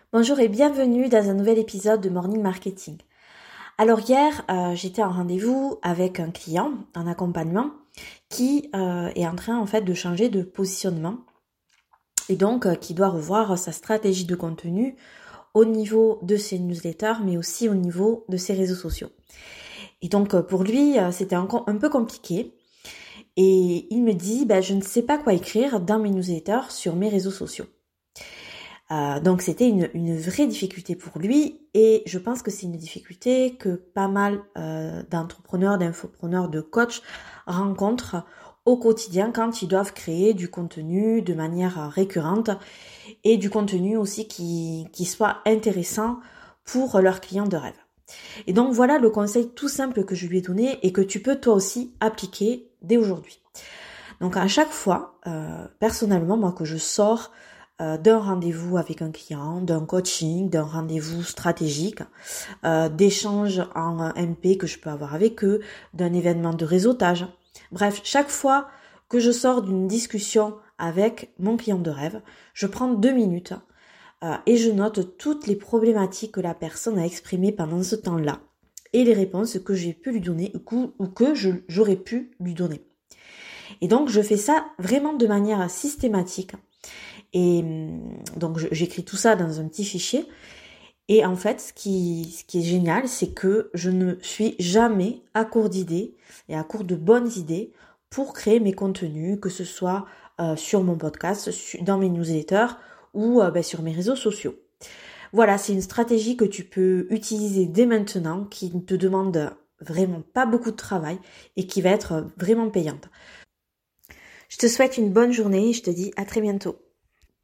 Bonjour et bienvenue dans un nouvel épisode de Morning Marketing. Alors hier, j'étais en rendez-vous avec un client, en accompagnement, qui est en train en fait de changer de positionnement et donc qui doit revoir sa stratégie de contenu au niveau de ses newsletters, mais aussi au niveau de ses réseaux sociaux. Et donc pour lui, c'était un peu compliqué. Et il me dit, je ne sais pas quoi écrire dans mes newsletters sur mes réseaux sociaux. Donc c'était une vraie difficulté pour lui et je pense que c'est une difficulté que pas mal d'entrepreneurs, d'infopreneurs, de coachs rencontrent au quotidien quand ils doivent créer du contenu de manière récurrente et du contenu aussi qui soit intéressant pour leurs clients de rêve. Et donc voilà le conseil tout simple que je lui ai donné et que tu peux toi aussi appliquer dès aujourd'hui. Donc à chaque fois, personnellement, moi que je sors d'un rendez-vous avec un client, d'un coaching, d'un rendez-vous stratégique, d'échanges en MP que je peux avoir avec eux, d'un événement de réseautage. Bref, chaque fois que je sors d'une discussion avec mon client de rêve, je prends 2 minutes et je note toutes les problématiques que la personne a exprimées pendant ce temps-là et les réponses que j'ai pu lui donner ou que j'aurais pu lui donner. Et donc je fais ça vraiment de manière systématique. Et donc j'écris tout ça dans un petit fichier. Et en fait, ce qui est génial, c'est que je ne suis jamais à court d'idées et à court de bonnes idées pour créer mes contenus, que ce soit sur mon podcast, dans mes newsletters ou sur mes réseaux sociaux. Voilà, c'est une stratégie que tu peux utiliser dès maintenant, qui ne te demande vraiment pas beaucoup de travail et qui va être vraiment payante. Je te souhaite une bonne journée et je te dis à très bientôt.